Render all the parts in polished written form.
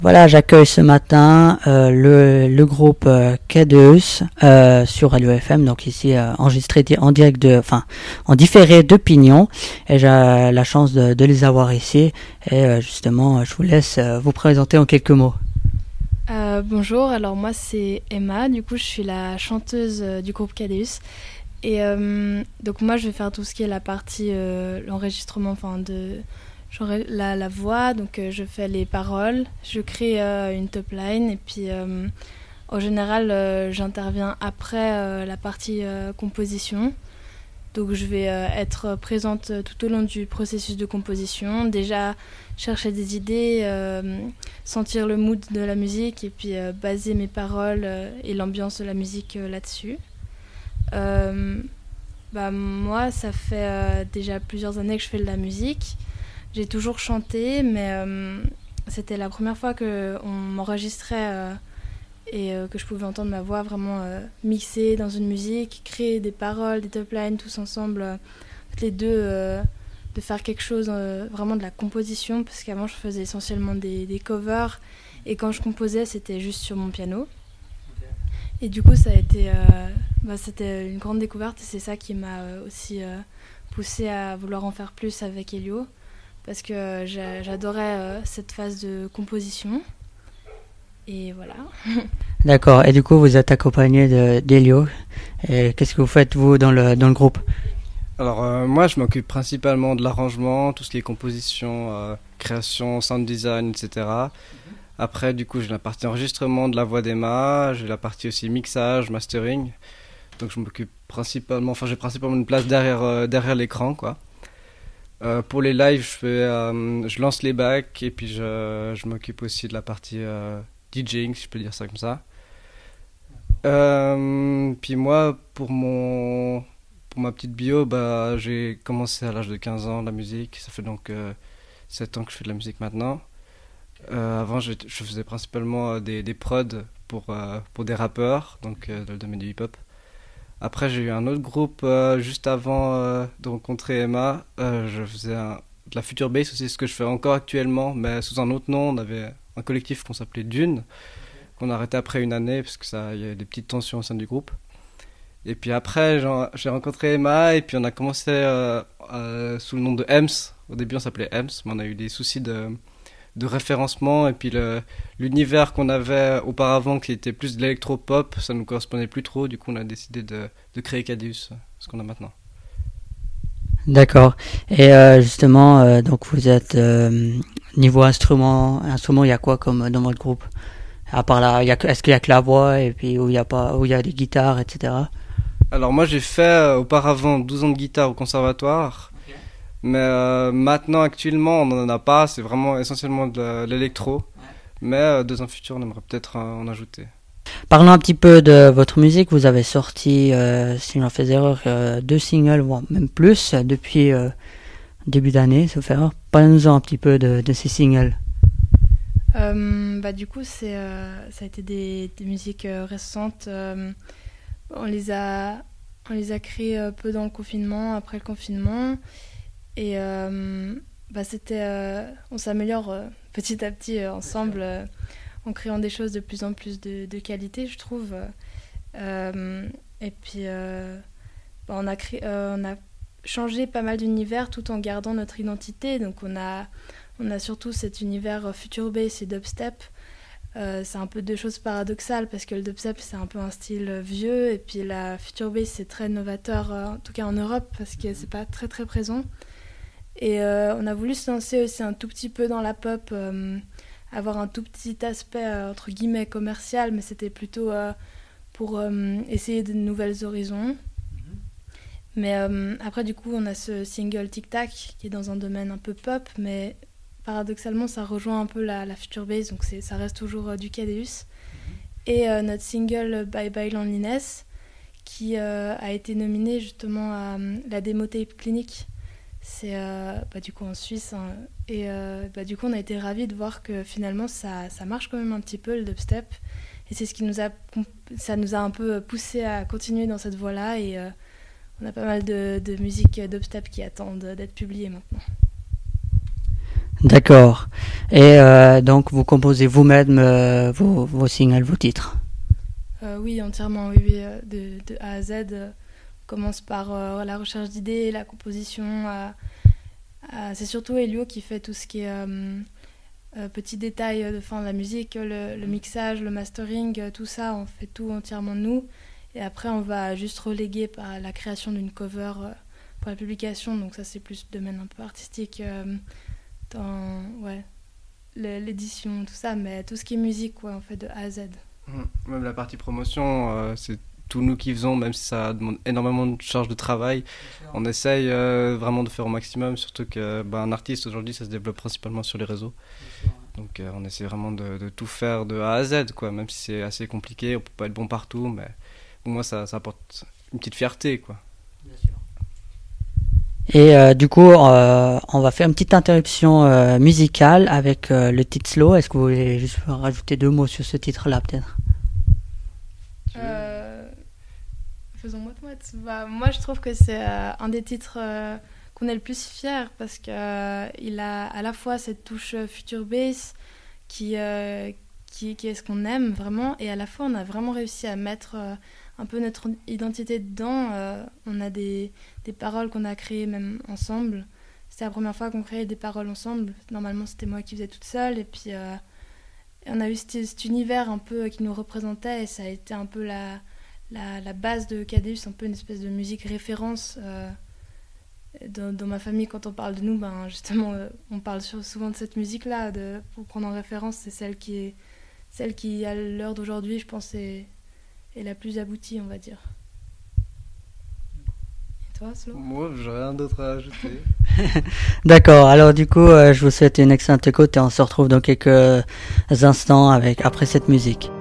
Voilà, j'accueille ce matin le groupe K2S sur Radio FM, donc ici enregistré en direct en différé de Pignon, et j'ai la chance de les avoir ici. Et justement, je vous laisse vous présenter en quelques mots. Bonjour, alors moi c'est Emma, du coup je suis la chanteuse du groupe K2S. Et donc moi je vais faire tout ce qui est la partie l'enregistrement, genre la voix, donc je fais les paroles, je crée une top line et puis en général j'interviens après la partie composition. Donc je vais être présente tout au long du processus de composition, déjà chercher des idées, sentir le mood de la musique et puis baser mes paroles et l'ambiance de la musique là-dessus. Moi ça fait déjà plusieurs années que je fais de la musique. J'ai toujours chanté, mais c'était la première fois qu'on m'enregistrait et que je pouvais entendre ma voix vraiment mixée dans une musique, créer des paroles, des top lines, tous ensemble, toutes les deux, de faire quelque chose, vraiment de la composition, parce qu'avant je faisais essentiellement des covers, et quand je composais c'était juste sur mon piano. Et du coup ça a été, c'était une grande découverte, et c'est ça qui m'a aussi poussée à vouloir en faire plus avec Elio. Parce que j'adorais cette phase de composition. Et voilà. D'accord, et du coup vous êtes accompagné d'Elio. Et qu'est-ce que vous faites vous dans le groupe? Alors moi je m'occupe principalement de l'arrangement, tout ce qui est composition, création, sound design, etc. Après du coup j'ai la partie enregistrement de la voix d'Emma, j'ai la partie aussi mixage, mastering. Donc je m'occupe j'ai principalement une place derrière l'écran, quoi. Pour les lives, je lance les bacs et puis je m'occupe aussi de la partie DJing, si je peux dire ça comme ça. Puis moi, pour ma petite bio, j'ai commencé à l'âge de 15 ans la musique. Ça fait donc 7 ans que je fais de la musique maintenant. Avant, je faisais principalement des prods pour des rappeurs, donc dans le domaine du hip-hop. Après, j'ai eu un autre groupe juste avant de rencontrer Emma. Je faisais de la future bass aussi, ce que je fais encore actuellement, mais sous un autre nom. On avait un collectif qu'on s'appelait Dune, qu'on a arrêté après une année parce qu'il y avait des petites tensions au sein du groupe. Et puis après, j'ai rencontré Emma et puis on a commencé sous le nom de Ems. Au début, on s'appelait Ems, mais on a eu des soucis de référencement, et puis l'univers qu'on avait auparavant qui était plus de l'électro-pop, ça nous correspondait plus trop, du coup on a décidé de créer K2S, ce qu'on a maintenant. D'accord, et justement donc vous êtes niveau instrument, il y a quoi comme dans votre groupe? À part là, est-ce qu'il y a que la voix et puis où il y a des guitares, etc. Alors moi j'ai fait auparavant 12 ans de guitare au conservatoire. Mais maintenant, actuellement, on n'en a pas. C'est vraiment essentiellement de l'électro. Ouais. Mais dans un futur, on aimerait peut-être en ajouter. Parlons un petit peu de votre musique. Vous avez sorti, si je n'en fais erreur, 2 singles, voire même plus, depuis début d'année, sauf erreur. Parlez-nous un petit peu de ces singles. Du coup, ça a été des musiques récentes. On les a créées un peu dans le confinement, après le confinement. Et on s'améliore petit à petit ensemble en créant des choses de plus en plus de qualité, je trouve. Et puis on a changé pas mal d'univers tout en gardant notre identité. Donc on a surtout cet univers future bass et dubstep. C'est un peu deux choses paradoxales parce que le dubstep c'est un peu un style vieux et puis la future bass c'est très novateur, en tout cas en Europe, parce que c'est pas très très présent. Et on a voulu se lancer aussi un tout petit peu dans la pop, avoir un tout petit aspect entre guillemets commercial, mais c'était plutôt pour essayer de nouvelles horizons. Mais après du coup on a ce single Tic Tac qui est dans un domaine un peu pop, mais paradoxalement ça rejoint un peu la future bass, donc ça reste toujours du K2S. Et notre single Bye Bye Loneliness qui a été nominé justement à la Demo Tape Clinic. C'est du coup en Suisse, hein. Et du coup on a été ravis de voir que finalement ça marche quand même un petit peu le dubstep, et c'est ce qui ça nous a un peu poussé à continuer dans cette voie-là, et on a pas mal de musique dubstep qui attendent d'être publiées maintenant. D'accord. Et donc vous composez vous-même vos singles, vos titres? Oui, entièrement, oui, oui, de A à Z. On commence par la recherche d'idées, la composition. C'est surtout Elio qui fait tout ce qui est petits détails de fin de la musique, le mixage, le mastering, tout ça, on fait tout entièrement nous. Et après, on va juste reléguer par la création d'une cover pour la publication. Donc ça, c'est plus domaine un peu artistique dans l'édition, tout ça. Mais tout ce qui est musique, ouais, on fait de A à Z. Même la partie promotion, c'est tout nous qui faisons, même si ça demande énormément de charge de travail. On essaye vraiment de faire au maximum, surtout qu'un artiste aujourd'hui, ça se développe principalement sur les réseaux. Donc on essaie vraiment de tout faire de A à Z, quoi, même si c'est assez compliqué, on peut pas être bon partout, mais pour moi ça apporte une petite fierté, quoi. Bien sûr. Et du coup, on va faire une petite interruption musicale avec le titre Slow. Est-ce que vous voulez juste rajouter 2 mots sur ce titre-là, peut-être? Faisons moite-moite. Moi, je trouve que c'est un des titres qu'on est le plus fier parce qu'il a à la fois cette touche future bass qui est ce qu'on aime vraiment, et à la fois on a vraiment réussi à mettre un peu notre identité dedans. On a des paroles qu'on a créées même ensemble. C'était la première fois qu'on créait des paroles ensemble. Normalement, c'était moi qui faisais toute seule, et puis on a eu cet univers un peu qui nous représentait, et ça a été un peu la base de Cadeus, un peu une espèce de musique référence. Dans ma famille, quand on parle de nous, justement, on parle souvent de cette musique-là, pour prendre en référence. C'est celle qui à l'heure d'aujourd'hui, je pense, est la plus aboutie, on va dire. Et toi, Slo ? Moi, j'ai rien d'autre à ajouter. D'accord, alors du coup, je vous souhaite une excellente écoute et on se retrouve dans quelques instants après cette musique.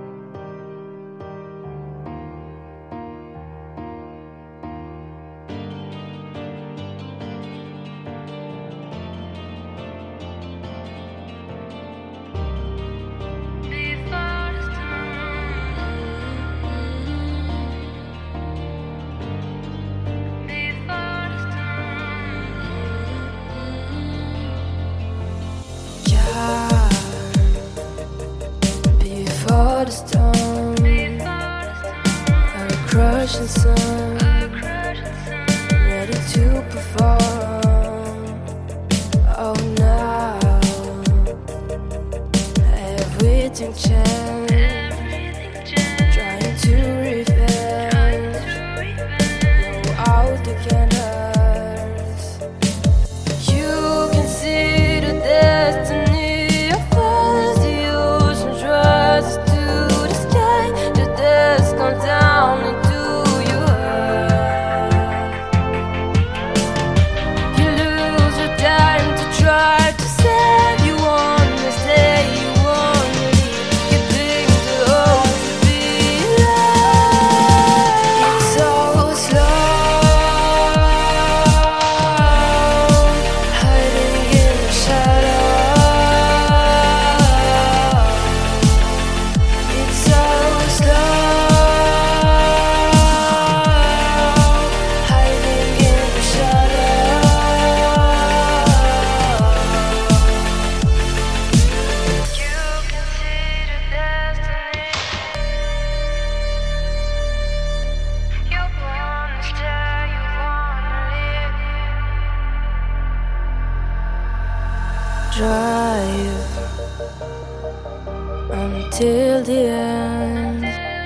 Until the end,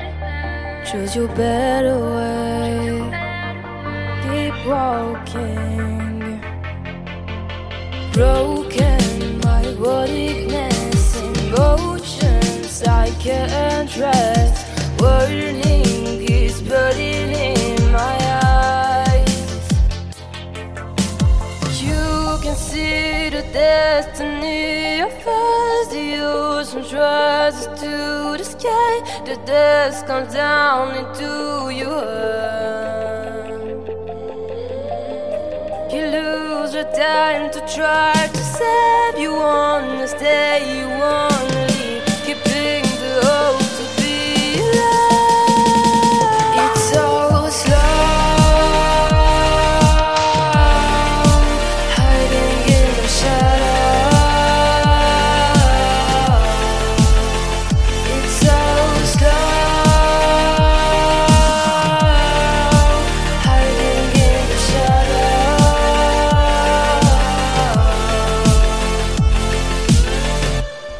choose your better way. Keep walking, broken my weakness, emotions I can't rest. Whirling is burning in my eyes. You can see the destiny of us. The ocean rises to the sky. The dust comes down into your heart. You lose your time to try to save. You wanna stay, you wanna leave. Keeping the hope to be alive. It's so slow, hiding in the shadows.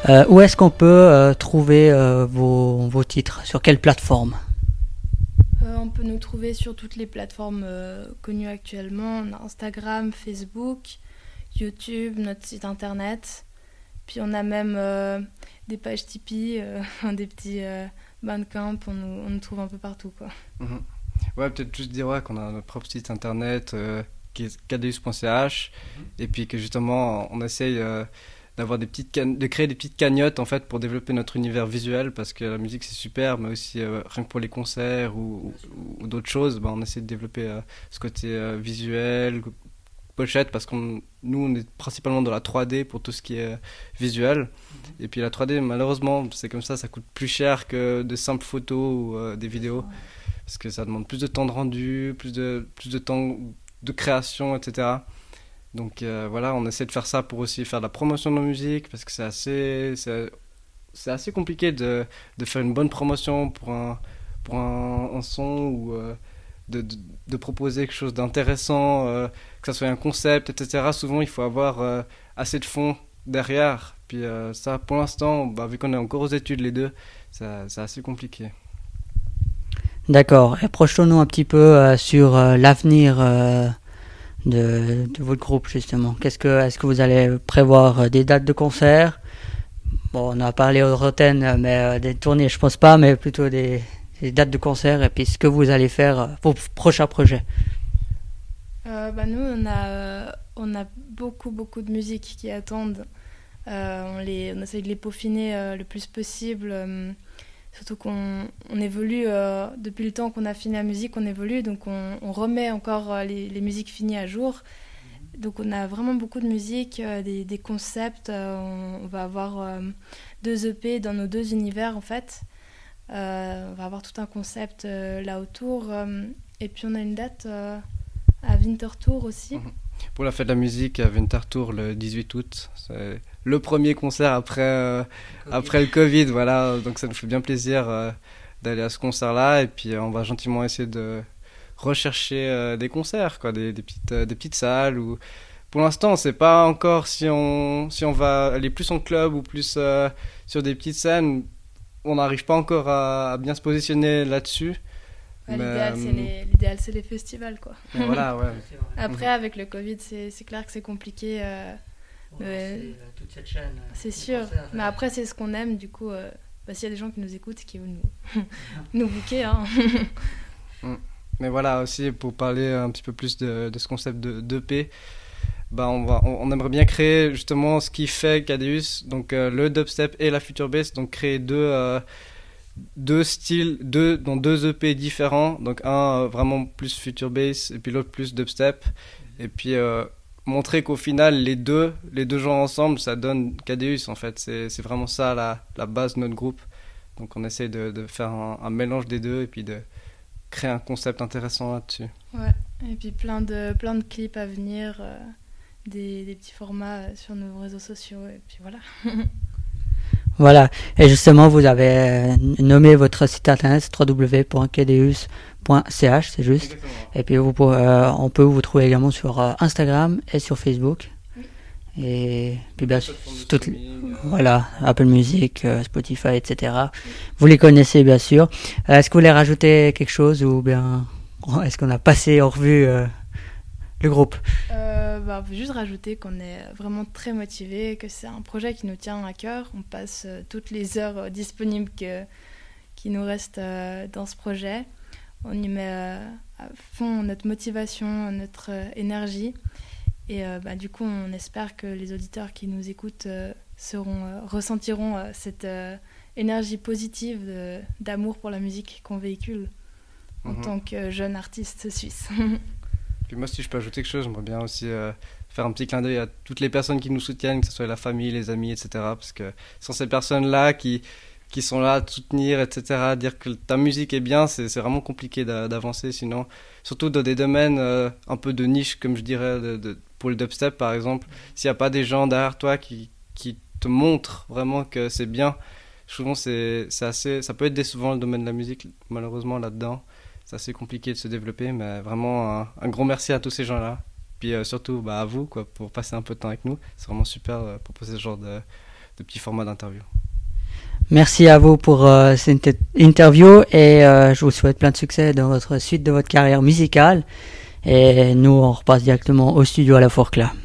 Où est-ce qu'on peut trouver vos titres? Sur quelle plateforme? On peut nous trouver sur toutes les plateformes connues actuellement. On a Instagram, Facebook, YouTube, notre site internet. Puis on a même des pages Tipeee, des petits Bandcamp. On nous trouve un peu partout, quoi. Mhm. Ouais, peut-être juste dire qu'on a notre propre site internet qui est kdeus.ch et puis que justement on essaye d'avoir de créer des petites cagnottes en fait pour développer notre univers visuel, parce que la musique c'est super, mais aussi rien que pour les concerts ou d'autres choses, on essaie de développer ce côté visuel, pochette, parce qu'on est principalement dans la 3D pour tout ce qui est visuel. Et puis la 3D malheureusement c'est comme ça coûte plus cher que de simples photos ou des vidéos, parce que ça demande plus de temps de rendu, plus de temps de création, etc. Donc voilà, on essaie de faire ça pour aussi faire de la promotion de nos musiques, parce que c'est assez compliqué de faire une bonne promotion pour un son, ou de proposer quelque chose d'intéressant, que ça soit un concept, etc. Souvent il faut avoir assez de fonds derrière, puis ça pour l'instant, vu qu'on est encore aux études les deux, c'est assez compliqué. D'accord, et projetons-nous un petit peu sur l'avenir de votre groupe justement. Est-ce que vous allez prévoir des dates de concert? Bon, on a parlé au Roten, mais des tournées je pense pas, mais plutôt des dates de concert, et puis ce que vous allez faire, vos prochains projets. Nous on a beaucoup de musiques qui attendent. On essaye de les peaufiner le plus possible. Surtout qu'on évolue, depuis le temps qu'on a fini la musique, on évolue, donc on remet encore les musiques finies à jour. Donc on a vraiment beaucoup de musique, des concepts. On va avoir 2 EP dans nos 2 univers en fait. On va avoir tout un concept là autour. Et puis on a une date à Winterthur aussi. Pour la fête de la musique à Winterthur le 18 août. C'est le premier concert après le Covid, voilà. Donc ça nous fait bien plaisir d'aller à ce concert-là. Et puis on va gentiment essayer de rechercher des concerts, quoi, des petites salles. Pour l'instant, on ne sait pas encore si on va aller plus en club ou plus sur des petites scènes. On n'arrive pas encore à bien se positionner là-dessus. L'idéal, c'est les festivals, quoi. Voilà, ouais. Après, avec le Covid, c'est clair que c'est compliqué. Toute cette chaîne. C'est sûr. Mais après, c'est ce qu'on aime. Du coup, s'il y a des gens qui nous écoutent, qui veulent nous booker. Hein. Mais voilà, aussi, pour parler un petit peu plus de ce concept d'EP, on aimerait bien créer justement ce qui fait Kdeus, donc le dubstep et la future bass, donc créer deux styles, dans 2 EP différents, donc un vraiment plus future bass et puis l'autre plus dubstep, et puis montrer qu'au final les deux genres ensemble ça donne Kdeus en fait. C'est vraiment ça la base de notre groupe, donc on essaie de faire un mélange des deux et puis de créer un concept intéressant là-dessus. Ouais, et puis plein de clips à venir, des petits formats sur nos réseaux sociaux, et puis voilà. Voilà, et justement vous avez nommé votre site internet www.kdeus.ch, c'est juste. Exactement. Et puis on peut vous trouver également sur Instagram et sur Facebook. Oui. Et puis bien sûr toutes voilà, Apple Music, Spotify, etc. Vous les connaissez bien sûr. Est-ce que vous voulez rajouter quelque chose, ou bien est-ce qu'on a passé en revue le groupe? On peut juste rajouter qu'on est vraiment très motivés, que c'est un projet qui nous tient à cœur. On passe toutes les heures disponibles qui nous restent dans ce projet. On y met à fond notre motivation, notre énergie. Et du coup, on espère que les auditeurs qui nous écoutent ressentiront cette énergie positive d'amour pour la musique qu'on véhicule en tant que jeune artiste suisse. Puis moi, si je peux ajouter quelque chose, j'aimerais bien aussi faire un petit clin d'œil à toutes les personnes qui nous soutiennent, que ce soit la famille, les amis, etc. Parce que sans ces personnes-là qui sont là à te soutenir, etc., dire que ta musique est bien, c'est vraiment compliqué d'avancer. Sinon, surtout dans des domaines un peu de niche, comme je dirais, pour le dubstep par exemple, s'il n'y a pas des gens derrière toi qui te montrent vraiment que c'est bien, souvent ça peut être décevant le domaine de la musique, malheureusement là-dedans. C'est assez compliqué de se développer, mais vraiment un gros merci à tous ces gens-là. Puis surtout à vous, quoi, pour passer un peu de temps avec nous. C'est vraiment super de proposer ce genre de petits formats d'interview. Merci à vous pour cette interview et je vous souhaite plein de succès dans votre suite de votre carrière musicale. Et nous, on repasse directement au studio à la Forclaz.